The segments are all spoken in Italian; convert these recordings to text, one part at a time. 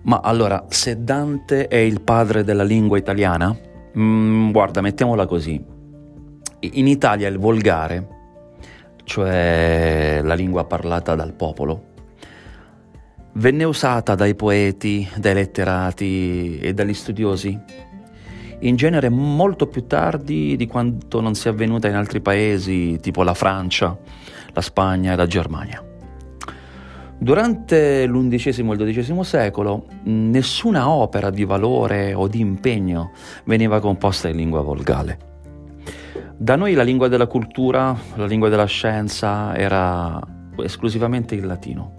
Ma allora, se Dante è il padre della lingua italiana, guarda, mettiamola così. In Italia il volgare, cioè la lingua parlata dal popolo, venne usata dai poeti, dai letterati e dagli studiosi, in genere molto più tardi di quanto non sia avvenuta in altri paesi, tipo la Francia, la Spagna e la Germania. Durante l'undicesimo e il XII secolo nessuna opera di valore o di impegno veniva composta in lingua volgare. Da noi la lingua della cultura, la lingua della scienza era esclusivamente il latino.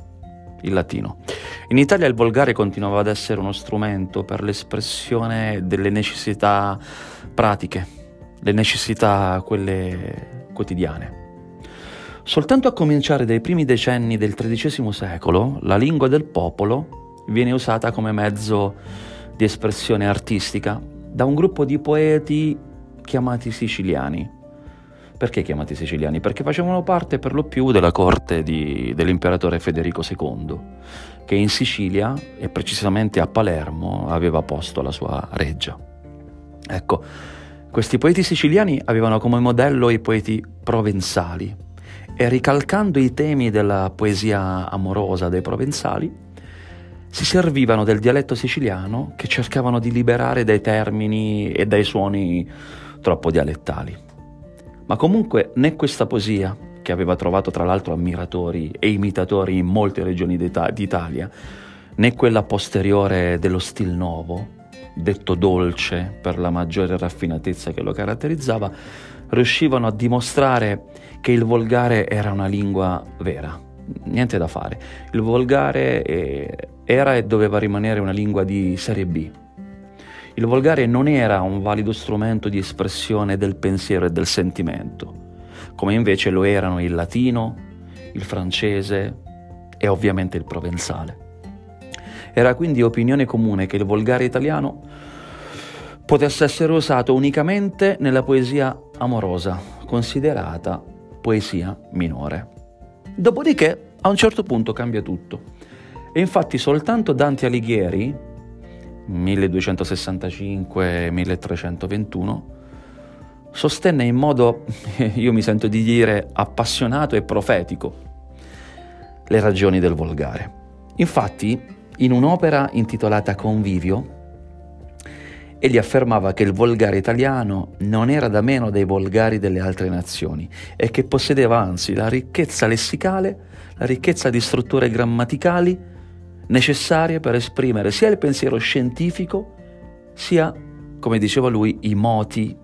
In Italia il volgare continuava ad essere uno strumento per l'espressione delle necessità pratiche, le necessità quelle quotidiane. Soltanto a cominciare dai primi decenni del XIII secolo, la lingua del popolo viene usata come mezzo di espressione artistica da un gruppo di poeti chiamati siciliani. Perché chiamati siciliani? Perché facevano parte per lo più della corte dell'imperatore Federico II, che in Sicilia, e precisamente a Palermo, aveva posto la sua reggia. Ecco, questi poeti siciliani avevano come modello i poeti provenzali, e ricalcando i temi della poesia amorosa dei provenzali, si servivano del dialetto siciliano che cercavano di liberare dai termini e dai suoni troppo dialettali. Ma comunque né questa poesia, che aveva trovato tra l'altro ammiratori e imitatori in molte regioni d'Italia, né quella posteriore dello stil nuovo, detto dolce per la maggiore raffinatezza che lo caratterizzava, riuscivano a dimostrare che il volgare era una lingua vera. Niente da fare. Il volgare era e doveva rimanere una lingua di serie B. Il volgare non era un valido strumento di espressione del pensiero e del sentimento, come invece lo erano il latino, il francese e ovviamente il provenzale. Era quindi opinione comune che il volgare italiano potesse essere usato unicamente nella poesia amorosa, considerata poesia minore. Dopodiché, a un certo punto cambia tutto. E infatti soltanto Dante Alighieri, 1265-1321, sostenne in modo, io mi sento di dire, appassionato e profetico le ragioni del volgare. Infatti, in un'opera intitolata Convivio, egli affermava che il volgare italiano non era da meno dei volgari delle altre nazioni e che possedeva anzi la ricchezza lessicale, la ricchezza di strutture grammaticali necessarie per esprimere sia il pensiero scientifico, sia, come diceva lui, i moti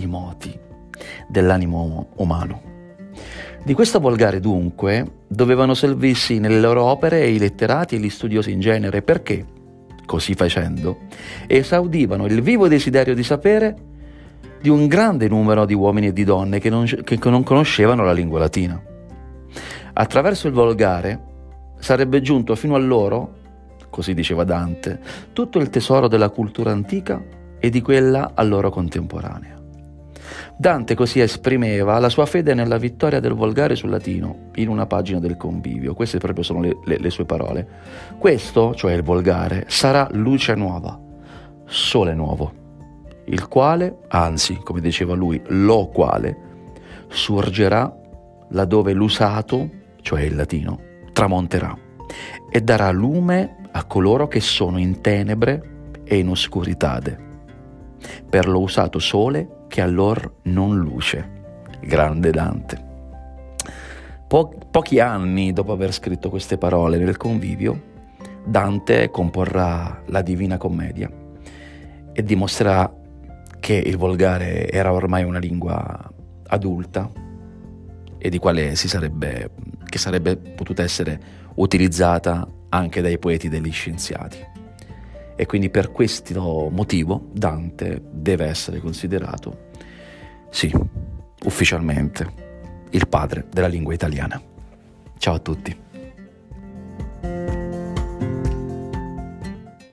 dell'animo umano. Di questo volgare, dunque, dovevano servirsi nelle loro opere i letterati e gli studiosi in genere, perché, così facendo, esaudivano il vivo desiderio di sapere di un grande numero di uomini e di donne che non conoscevano la lingua latina. Attraverso il volgare sarebbe giunto fino a loro, così diceva Dante, tutto il tesoro della cultura antica e di quella a loro contemporanea. Dante così esprimeva la sua fede nella vittoria del volgare sul latino in una pagina del Convivio. Queste proprio sono le sue parole. Questo, cioè il volgare, sarà luce nuova, sole nuovo, il quale, anzi, come diceva lui, lo quale, sorgerà laddove l'usato, cioè il latino, tramonterà e darà lume a coloro che sono in tenebre e in oscuritade, per lo usato sole che a lor non luce. Grande Dante. Pochi anni dopo aver scritto queste parole nel Convivio, Dante comporrà la Divina Commedia e dimostrerà che il volgare era ormai una lingua adulta e di quale sarebbe potuta essere utilizzata anche dai poeti e dagli scienziati. E quindi per questo motivo Dante deve essere considerato, sì, ufficialmente, il padre della lingua italiana. Ciao a tutti.